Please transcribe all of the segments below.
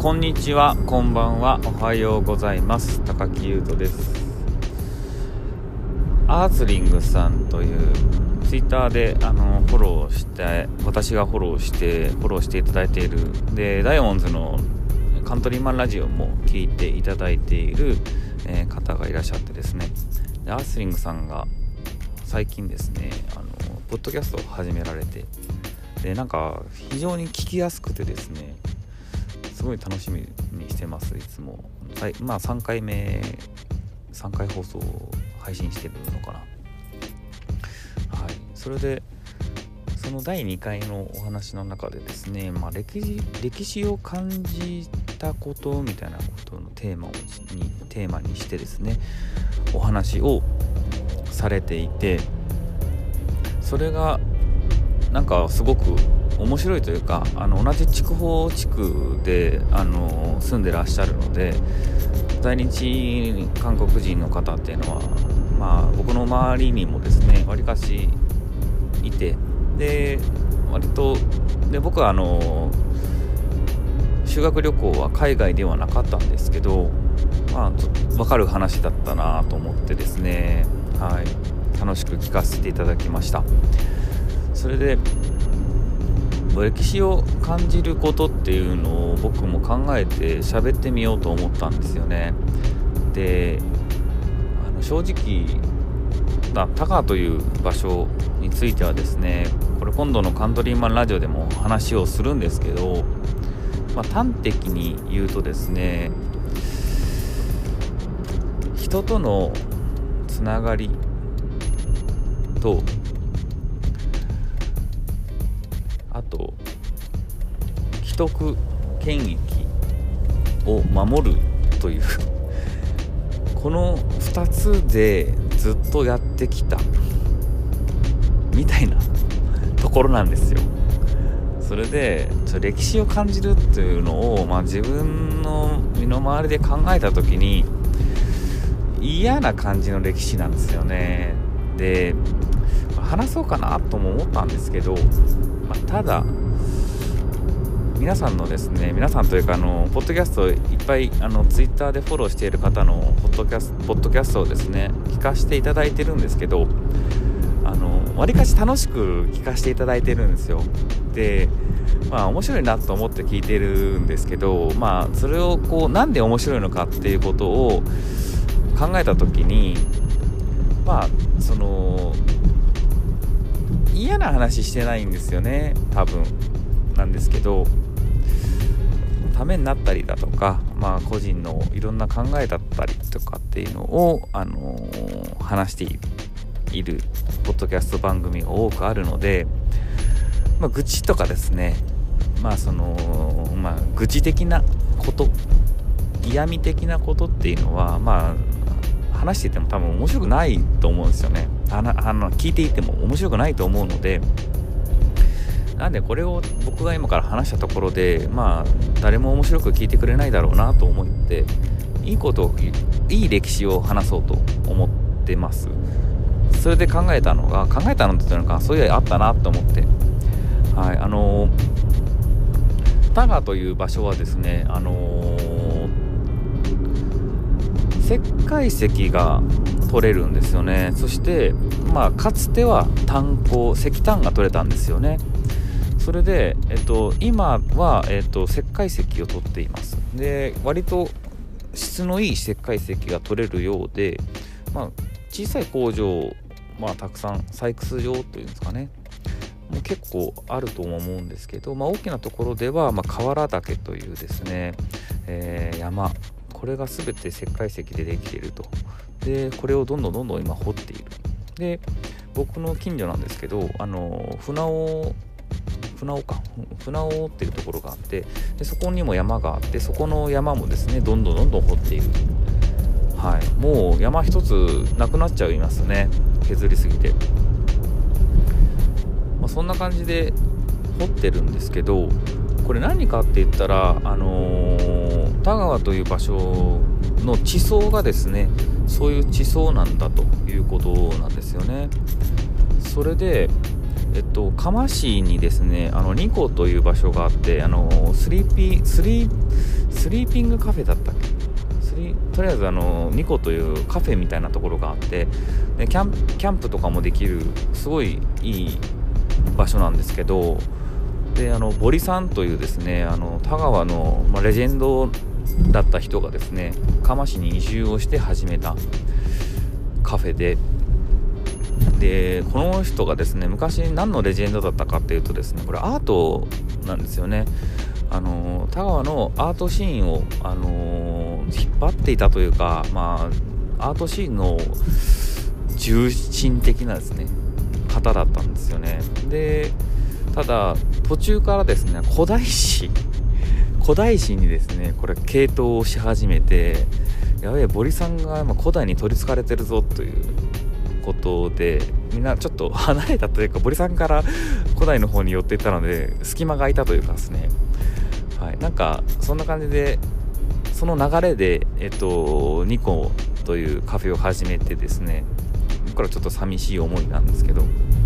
こんにちは、こんばんは、おはようございます。高木優斗です。アーツリングさんというツイッターでフォローして私がフォローしていただいているで、ダイヤモンズのカントリーマンラジオも聞いていただいている、方がいらっしゃってですね、でアーツリングさんが最近ですねポッドキャストを始められて、でなんか非常に聞きやすくてですね、すごい楽しみにしてます。いつも3回放送を配信してるのかな。はい、それでその第2回のお話の中でですね、歴史を感じたことみたいなことのテーマにしてですね、お話をされていて、それがなんかすごく面白いというか、同じ筑豊地区で住んでらっしゃるので、在日韓国人の方っていうのは、僕の周りにもですねわりかしいて、で割とで僕は修学旅行は海外ではなかったんですけど、ちょっと分かる話だったなと思ってですね、楽しく聞かせていただきました。それで歴史を感じることっていうのを僕も考えて喋ってみようと思ったんですよね。で正直田川という場所についてはですね、これ今度のカントリーマンラジオでも話をするんですけど、端的に言うとですね、人とのつながりと、あと既得権益を守るというこの2つでずっとやってきたみたいなところなんですよ。それで歴史を感じるっていうのを、自分の身の回りで考えた時に嫌な感じの歴史なんですよね。で話そうかなとも思ったんですけど、ただ皆さんというかポッドキャストをいっぱいツイッターでフォローしている方のポッドキャストをですね聞かせていただいてるんですけど、わりかし楽しく聞かせていただいてるんですよ。で面白いなと思って聞いてるんですけど、それをなんで面白いのかっていうことを考えたときに、嫌な話してないんですよね、多分なんですけど、ためになったりだとか、個人のいろんな考えだったりとかっていうのを、話しているポッドキャスト番組が多くあるので、愚痴とかですね、愚痴的なこと、嫌味的なことっていうのは話していても多分面白くないと思うんですよね。聞いていても面白くないと思うので、なんでこれを僕が今から話したところで誰も面白く聞いてくれないだろうなと思って、いい歴史を話そうと思ってます。それで考えたのっていうのがそういうあったなと思って、田川という場所はですね、石灰石が取れるんですよね。そしてかつては石炭が取れたんですよね。それで、今は、石灰石を取っています。で割と質のいい石灰石が取れるようで、小さい工場たくさん採掘場というんですかね、もう結構あると思うんですけど、大きなところでは、河原岳というですね、山、これが全て石灰石でできていると。でこれをどんどん今掘っている。で僕の近所なんですけど、船尾っていうところがあって、でそこにも山があって、そこの山もですねどんどん掘っている。もう山一つなくなっちゃいますね、削りすぎて。そんな感じで掘ってるんですけど、これ何かって言ったら田川という場所の地層がですね、そういう地層なんだということなんですよね。それで蒲市にですねニコという場所があって、スリーピングカフェだったっけ、とりあえずニコというカフェみたいなところがあって、でキャンプとかもできるすごいいい場所なんですけど、で堀さんというですね田川の、レジェンドだった人がですね蒲市に移住をして始めたカフェで、この人がですね昔何のレジェンドだったかっていうとですね、これアートなんですよね。田川のアートシーンを、引っ張っていたというか、アートシーンの重鎮的なですね方だったんですよね。でただ途中からですね古代史にですねこれ傾倒をし始めて、やべえ堀さんが古代に取り憑かれてるぞということで、みんなちょっと離れたというか、堀さんから古代の方に寄っていったので隙間が空いたというかですね、なんかそんな感じで、その流れでニコというカフェを始めてですね、これはちょっと寂しい思いなんですけど、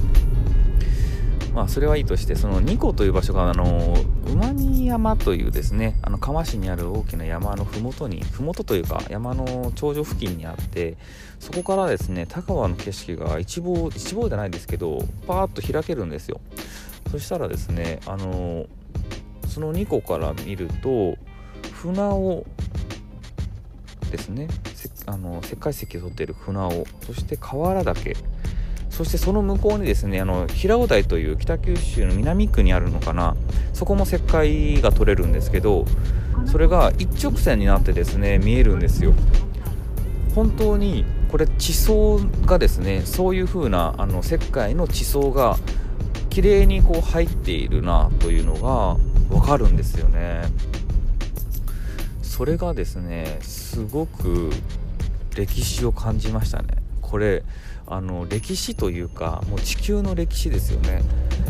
それはいいとして、そのニコという場所が馬見山というですね蒲市にある大きな山のふもとというか山の頂上付近にあって、そこからですね田川の景色が一望じゃないですけどパーッと開けるんですよ。そしたらですねそのニコから見ると船尾ですね、石灰石を取っている船尾、そして河原岳、そしてその向こうにですね平尾台という北九州の南区にあるのかな、そこも石灰が取れるんですけど、それが一直線になってですね見えるんですよ。本当にこれ地層がですね、そういう風な石灰の地層が綺麗にこう入っているなというのがわかるんですよね。それがですねすごく歴史を感じましたね。これ歴史というかもう地球の歴史ですよね。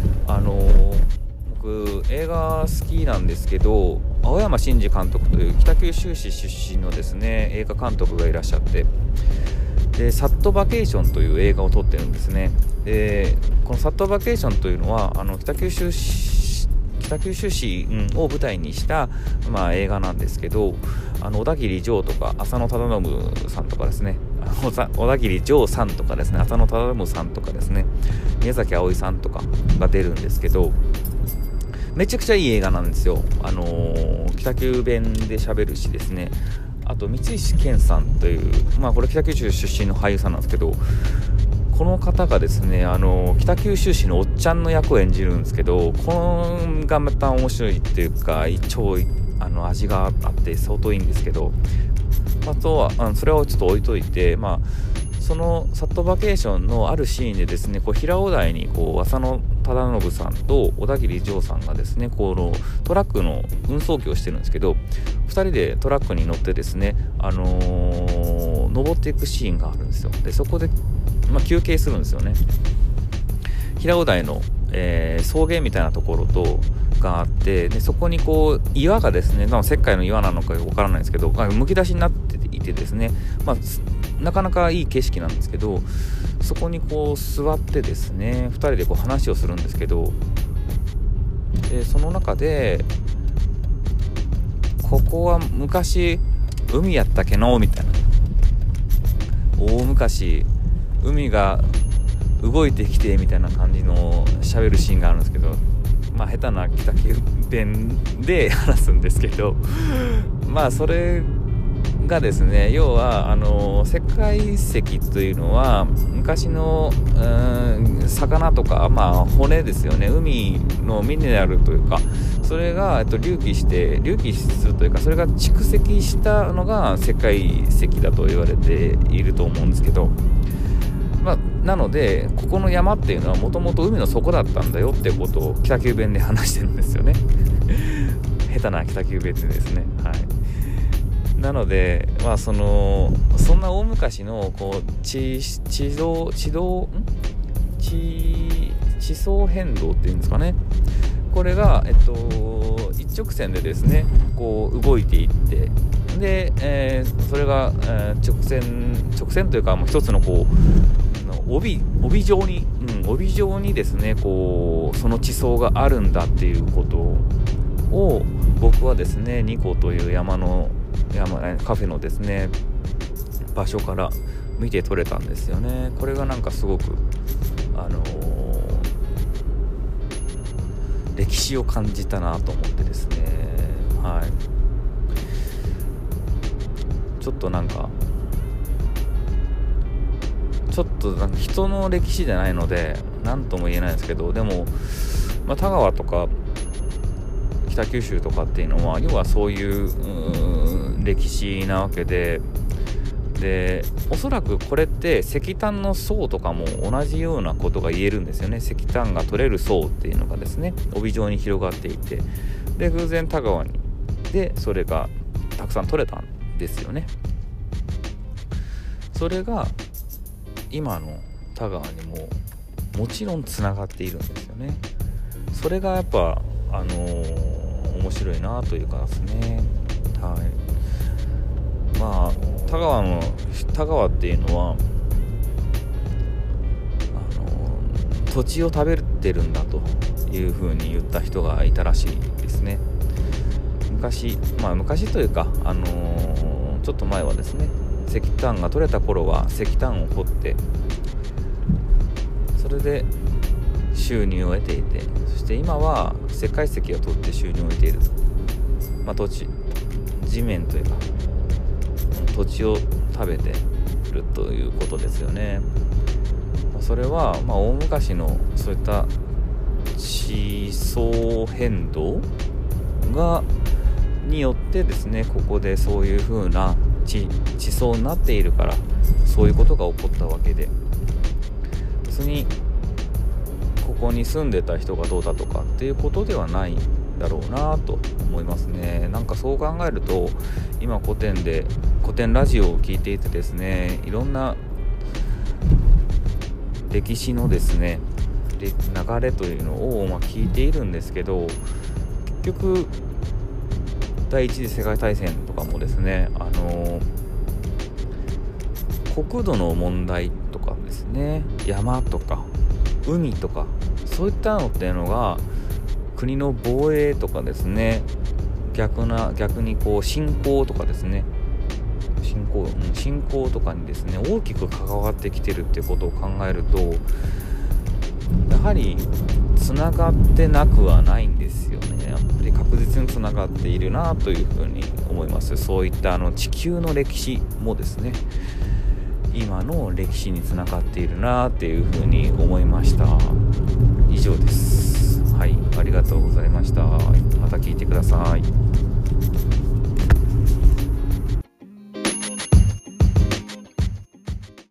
僕映画好きなんですけど、青山真司監督という北九州市出身のですね映画監督がいらっしゃって、でサットバケーションという映画を撮ってるんですね。でこのサットバケーションというのは北九州市を舞台にした、映画なんですけど、小田切丈とか浅野忠信さんとかですね、小田切丈さんとかですね、浅野忠信さんとかですね、宮崎あおいさんとかが出るんですけど、めちゃくちゃいい映画なんですよ。北九弁で喋るしですね、あと三石健さんという、これ北九州出身の俳優さんなんですけど、この方がですね北九州市のおっちゃんの役を演じるんですけど、このがまた面白いっていうか超味があって相当いいんですけど、あとはそれをちょっと置いといて、そのサットバケーションのあるシーンでですね平尾台に浅野忠信さんと小田切丈さんがですねトラックの運送機をしてるんですけど、2人でトラックに乗ってですね、登っていくシーンがあるんですよ。でそこで休憩するんですよね。平尾台の、草原みたいなところがあって、でそこに岩がですね石灰の岩なのかわからないんですけどむき出しになっていてですね、なかなかいい景色なんですけど、そこに座ってですね2人で話をするんですけど、その中でここは昔海やったっけのみたいな、大昔海が動いてきてみたいな感じの喋るシーンがあるんですけど、下手な北九弁で話すんですけどそれがですね、要は石灰石というのは昔の魚とか骨ですよね、海のミネラルというか、それが隆起するというか、それが蓄積したのが石灰石だと言われていると思うんですけど、なのでここの山っていうのはもともと海の底だったんだよってことを北九弁で話してるんですよね下手な北九弁でですね。なのでそんな大昔の地層変動っていうんですかね、これが、一直線でですね動いていって、で、それが直線というか一つの帯状に、帯状にですねこうその地層があるんだっていうことを僕はですねニコというカフェのですね場所から見て取れたんですよね。これがなんかすごく歴史を感じたなと思ってですね、はい、ちょっとなんか人の歴史じゃないので何とも言えないんですけど、でも、田川とか北九州とかっていうのは要はそういう歴史なわけで、おそらくこれって石炭の層とかも同じようなことが言えるんですよね。石炭が取れる層っていうのがですね帯状に広がっていて、で偶然田川にでそれがたくさん取れたんですよね。それが今の田川にももちろんつながっているんですよね。それがやっぱ面白いなというかですね、はい。田川っていうのは土地を食べてるんだというふうに言った人がいたらしいですね。昔というかちょっと前はですね石炭が取れた頃は石炭を掘ってそれで収入を得ていて、そして今は石灰石を取って収入を得ている、地面というか土地を食べているということですよね。それは大昔のそういった地層変動によってですねここでそういう風な地層になっているからそういうことが起こったわけで、別にここに住んでた人がどうだとかっていうことではないだろうなと思いますね。なんかそう考えると今古典ラジオを聞いていてですね、いろんな歴史のですね流れというのを聞いているんですけど、結局第一次世界大戦とかもですね国土の問題とかですね、山とか海とかそういったのっていうのが国の防衛とかですね、逆にこう侵攻とかですね侵攻とかにですね大きく関わってきてるっていうことを考えると、やはりつながってなくはないんですよね。やっぱり確実につながっているなというふうに思います。そういった地球の歴史もですね今の歴史につながっているなっていうふうに思いました。以上です。はい、ありがとうございました。また聞いてください。